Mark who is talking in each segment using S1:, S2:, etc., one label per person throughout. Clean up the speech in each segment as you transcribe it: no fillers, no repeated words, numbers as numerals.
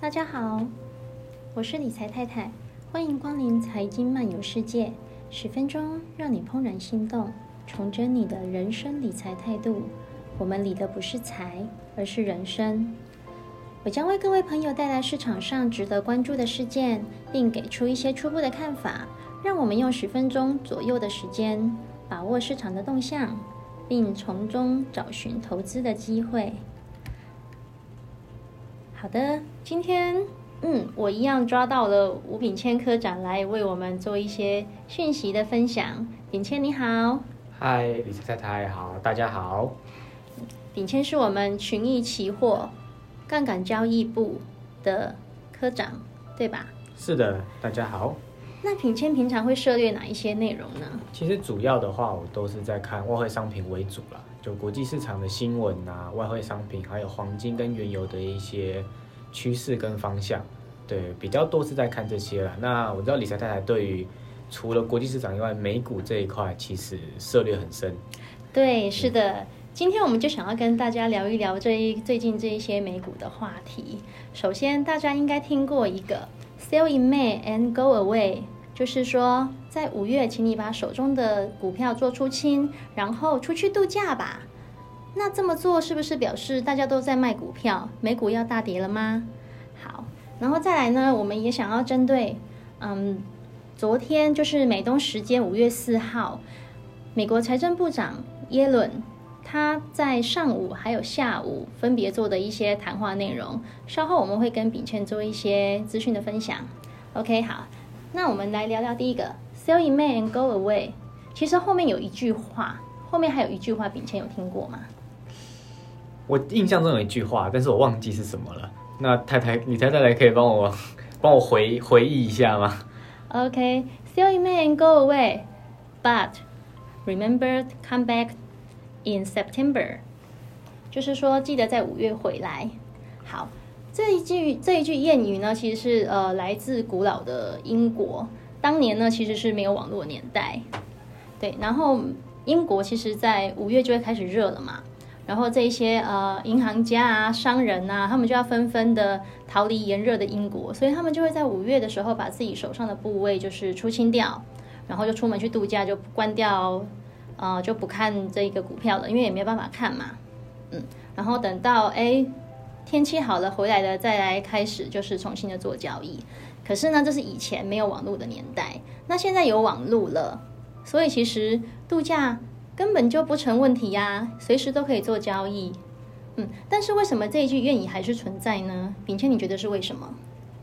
S1: 大家好，我是理财太太，欢迎光临财经漫游世界，10分钟让你怦然心动，重整你的人生理财态度。我们理的不是财，而是人生。我将为各位朋友带来市场上值得关注的事件，并给出一些初步的看法，让我们用10分钟左右的时间，把握市场的动向，并从中找寻投资的机会。好的，今天我一样抓到了吴秉谦科长来为我们做一些讯息的分享。秉谦你好。
S2: 嗨，理财太太好，大家好。
S1: 秉谦是我们群益期货杠杆交易部的科长，对吧？
S2: 是的，大家好。
S1: 那秉谦平常会涉猎哪一些内容呢？
S2: 其实主要的话，我都是在看外汇商品为主啦，就国际市场的新闻啊，外汇商品，还有黄金跟原油的一些趋势跟方向。对，比较多是在看这些啦。那我知道理财太太对于除了国际市场以外，美股这一块其实涉猎很深。
S1: 对，是的。今天我们就想要跟大家聊一聊最近这一些美股的话题。首先，大家应该听过一个 "Sell in May and go away"， 就是说在5月，请你把手中的股票做出清，然后出去度假吧。那这么做是不是表示大家都在卖股票，美股要大跌了吗？好，然后再来呢，我们也想要针对，昨天就是美东时间5月4号，美国财政部长耶伦他在上午还有下午分别做的一些谈话内容，稍后我们会跟秉谦做一些资讯的分享。OK， 好，那我们来聊聊第一个 "Sell in May and go away"。其实后面有一句话，后面还有一句话，秉谦有听过吗？
S2: 我印象中有一句话，但是我忘记是什么了。那理财太太可以帮我回忆一下吗？
S1: OK， Sell in May and go away, but remember to come back in September， 就是说记得在5月回来。好，这一句谚语呢，其实是来自古老的英国，当年呢其实是没有网络年代，对，然后英国其实在5月就会开始热了嘛，然后这一些银行家啊、商人啊，他们就要纷纷的逃离炎热的英国，所以他们就会在5月的时候把自己手上的部位就是出清掉，然后就出门去度假，就关掉。就不看这个股票了，因为也没有办法看嘛，然后等到天气好了回来了再来开始就是重新的做交易。可是呢，这是以前没有网络的年代，那现在有网络了，所以其实度假根本就不成问题呀，随时都可以做交易。但是为什么这一句谚语还是存在呢？秉谦，你觉得是为什么？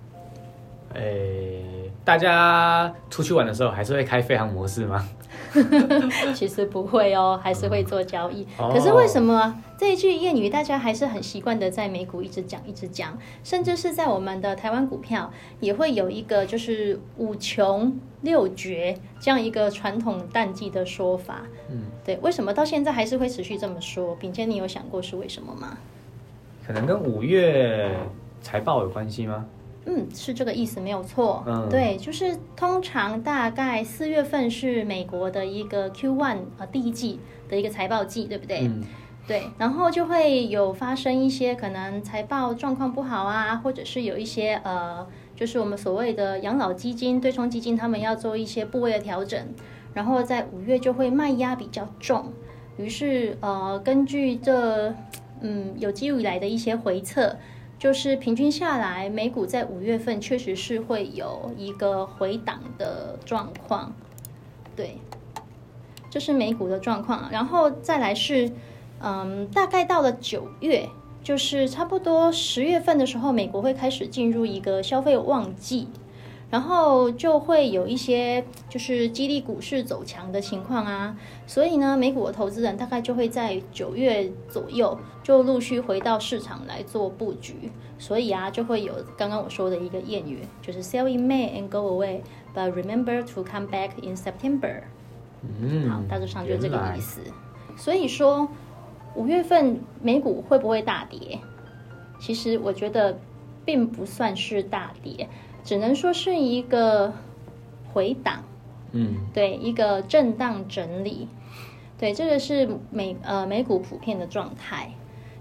S2: 大家出去玩的时候还是会开飞航模式吗？
S1: 其实不会哦，还是会做交易。可是为什么这一句谚语大家还是很习惯的在美股一直讲，甚至是在我们的台湾股票也会有一个就是5穷6绝这样一个传统淡季的说法。对，为什么到现在还是会持续这么说？秉谦，你有想过是为什么吗？
S2: 可能跟5月财报有关系吗？
S1: 是这个意思，没有错。对，就是通常大概4月份是美国的一个 Q1 第一季的一个财报季，对不对？对，然后就会有发生一些可能财报状况不好啊，或者是有一些就是我们所谓的养老基金、对冲基金，他们要做一些部位的调整，然后在5月就会卖压比较重，于是根据这有记录以来的一些回测。就是平均下来，美股在5月份确实是会有一个回档的状况，对，这是美股的状况。然后再来是，大概到了9月，就是差不多10月份的时候，美国会开始进入一个消费旺季，然后就会有一些就是激励股市走强的情况啊，所以呢，美股的投资人大概就会在9月左右就陆续回到市场来做布局，所以啊，就会有刚刚我说的一个谚语，就是 "Sell in May and go away, but remember to come back in September"。好，大致上就是这个意思。所以说，5月份美股会不会大跌？其实我觉得并不算是大跌。只能说是一个回档，对，一个震荡整理，对，这个是美股普遍的状态。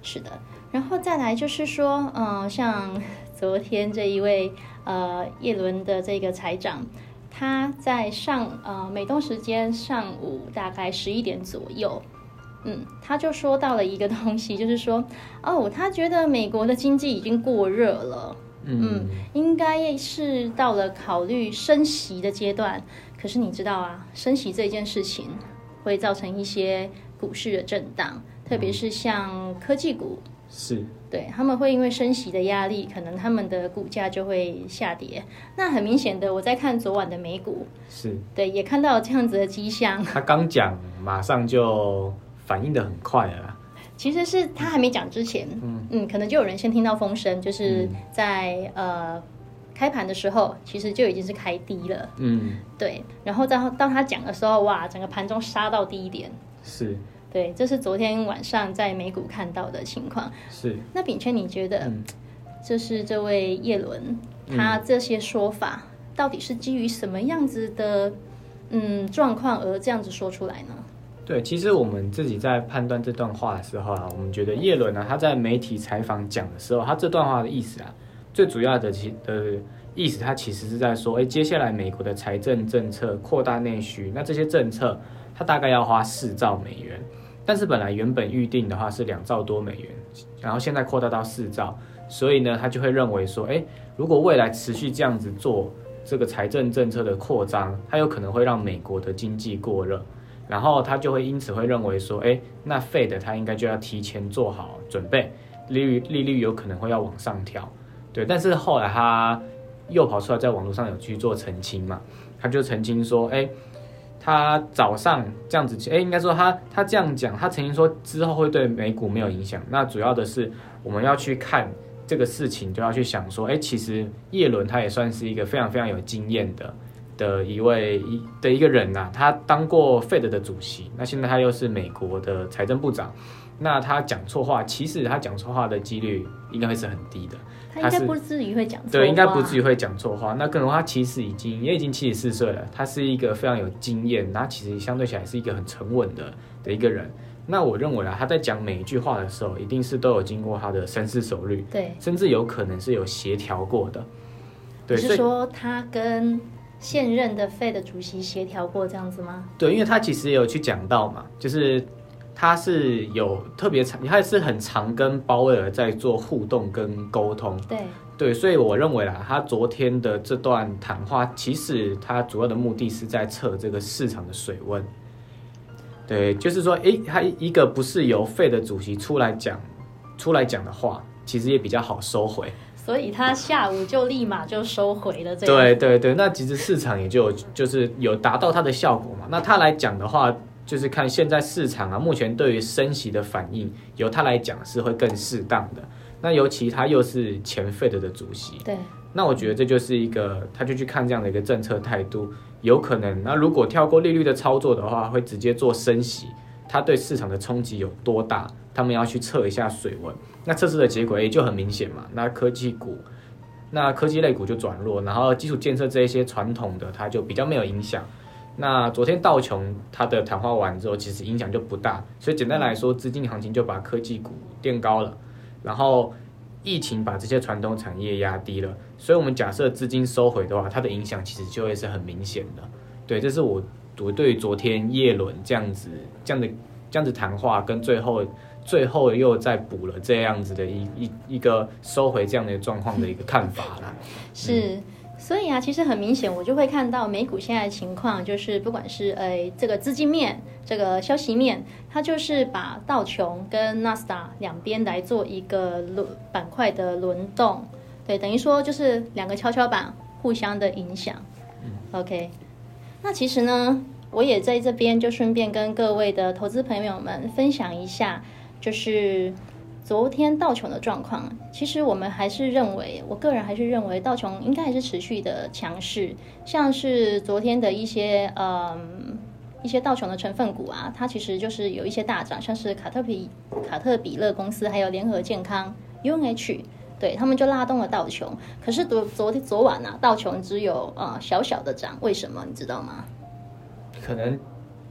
S1: 是的，然后再来就是说，像昨天这一位叶伦的这个财长，他在美东时间上午大概11点左右，他就说到了一个东西，就是说，他觉得美国的经济已经过热了，应该是到了考虑升息的阶段。可是你知道啊，升息这件事情会造成一些股市的震荡，特别是像科技股，
S2: 是
S1: 对，他们会因为升息的压力，可能他们的股价就会下跌。那很明显的，我在看昨晚的美股，
S2: 是
S1: 对，也看到这样子的迹象。
S2: 他刚讲，马上就反应的很快了。
S1: 其实是他还没讲之前，可能就有人先听到风声，就是在开盘的时候，其实就已经是开低了，对。然后到他讲的时候，哇，整个盘中杀到低点，
S2: 是。
S1: 对，这是昨天晚上在美股看到的情况。
S2: 是。
S1: 那秉谦，你觉得，就是这位叶伦他这些说法，到底是基于什么样子的状况而这样子说出来呢？
S2: 对，其实我们自己在判断这段话的时候啊，我们觉得叶伦他在媒体采访讲的时候，他这段话的意思啊，最主要的意思，他其实是在说，接下来美国的财政政策扩大内需，那这些政策它大概要花4兆美元。但是本来原本预定的话是2兆多美元，然后现在扩大到4兆，所以呢，他就会认为说，如果未来持续这样子做这个财政政策的扩张，它有可能会让美国的经济过热，然后他就会因此会认为说，那 Fed 他应该就要提前做好准备，利率有可能会要往上调，对。但是后来他又跑出来在网络上有去做澄清嘛，他就澄清说，他早上这样子，应该说他这样讲，他曾经说之后会对美股没有影响。那主要的是我们要去看这个事情，就要去想说，其实叶伦他也算是一个非常非常有经验的一个人呐，他当过 Fed 的主席，那现在他又是美国的财政部长，那他讲错话，其实他讲错话的几率应该会是很低的。
S1: 他应该不至于会讲错话，
S2: 对，应该不至于会讲错话。那更何况他其实已经74岁了，他是一个非常有经验，那其实相对起来是一个很沉稳的一个人。那我认为他在讲每一句话的时候，一定是都有经过他的深思熟虑，
S1: 对，
S2: 甚至有可能是有协调过的。对，
S1: 你是说他跟现任的 Fed 主席协调过这样子吗？
S2: 对，因为他其实也有去讲到嘛，就是他是有特别他也是很常跟鲍威尔在做互动跟沟通。对，所以我认为啦，他昨天的这段谈话，其实他主要的目的是在测这个市场的水温。对，就是说，他一个不是由Fed的主席出来讲的话，其实也比较好收回。
S1: 所以他下午就立马就收回了这个。
S2: 对，那其实市场也就是有达到他的效果嘛。那他来讲的话，就是看现在市场啊，目前对于升息的反应，由他来讲是会更适当的。那尤其他又是前 Fed 的主席，
S1: 对，
S2: 那我觉得这就是一个，他就去看这样的一个政策态度，有可能，那如果跳过利率的操作的话，会直接做升息，它对市场的冲击有多大？他们要去测一下水温。那测试的结果就很明显嘛，那科技类股就转弱，然后基础建设这一些传统的，它就比较没有影响。那昨天道琼他的谈话完之后，其实影响就不大，所以简单来说，资金行情就把科技股垫高了，然后疫情把这些传统产业压低了，所以我们假设资金收回的话，它的影响其实就会是很明显的。对，这是我对于昨天叶伦这样子谈话，跟最后又再补了这样子的一个收回这样的状况的一个看法啦。
S1: 是。所以啊，其实很明显，我就会看到美股现在的情况，就是不管是这个资金面、这个消息面，它就是把道琼跟纳斯达两边来做一个板块的轮动，对，等于说就是两个跷跷板互相的影响。OK， 那其实呢，我也在这边就顺便跟各位的投资朋友们分享一下，就是昨天道琼的状况，其实我们还是认为，我个人还是认为道琼应该还是持续的强势，像是昨天的一些道琼的成分股啊，它其实就是有一些大涨，像是卡特彼勒公司还有联合健康 UNH， 对，他们就拉动了道琼。可是昨晚啊，道琼只有小小的涨，为什么你知道吗？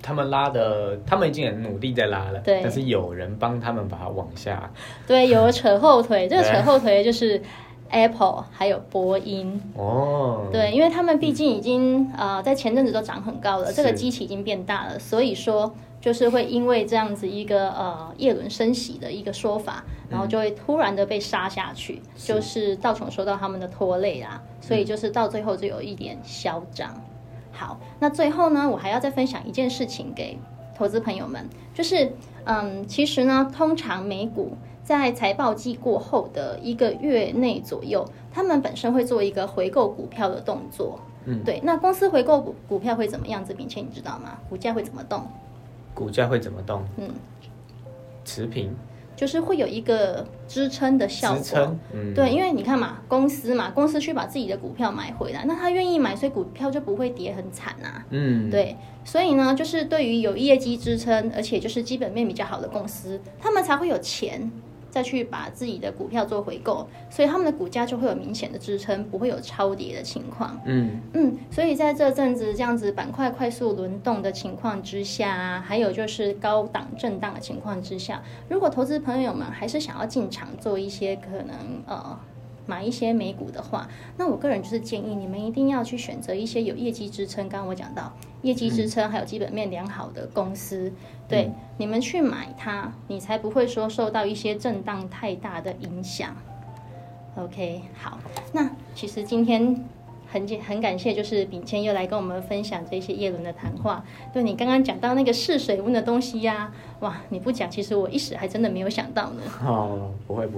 S2: 他们已经很努力在拉了，
S1: 对，
S2: 但是有人帮他们把它往下，
S1: 对，有扯后腿，这个扯后腿就是 Apple 还有波音
S2: 哦，
S1: 对，因为他们毕竟已经在前阵子都涨很高了，这个基期已经变大了，所以说就是会因为这样子一个叶伦升息的一个说法，然后就会突然的被杀下去，就是道琼受到他们的拖累啦，所以就是到最后就有一点嚣张。好，那最后呢，我还要再分享一件事情给投资朋友们，就是其实呢，通常美股在财报季过后的1个月内左右，他们本身会做一个回购股票的动作。对，那公司回购股票会怎么样子？秉谦你知道吗？股价会怎么动？
S2: 股价会怎么动？持平。
S1: 就是会有一个支撑的效果，对，因为你看嘛，公司去把自己的股票买回来，那他愿意买，所以股票就不会跌很惨啊。对，所以呢，就是对于有业绩支撑，而且就是基本面比较好的公司，他们才会有钱再去把自己的股票做回购，所以他们的股价就会有明显的支撑，不会有超跌的情况。所以在这阵子这样子板块快速轮动的情况之下，还有就是高档震荡的情况之下，如果投资朋友们还是想要进场做一些可能买一些美股的话，那我个人就是建议你们一定要去选择一些有业绩支撑，刚刚我讲到业绩支撑还有基本面良好的公司，对，你们去买它，你才不会说受到一些震荡太大的影响。OK， 好，那其实今天很感谢，就是秉谦又来跟我们分享这些叶伦的谈话。对，你刚刚讲到那个试水温的东西呀，哇，你不讲，其实我一时还真的没有想到呢。
S2: 不会。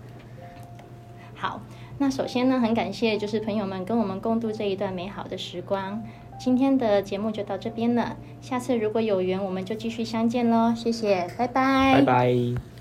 S1: 好，那首先呢，很感谢就是朋友们跟我们共度这一段美好的时光。今天的节目就到这边了，下次如果有缘，我们就继续相见咯。谢谢，拜拜。
S2: 拜拜。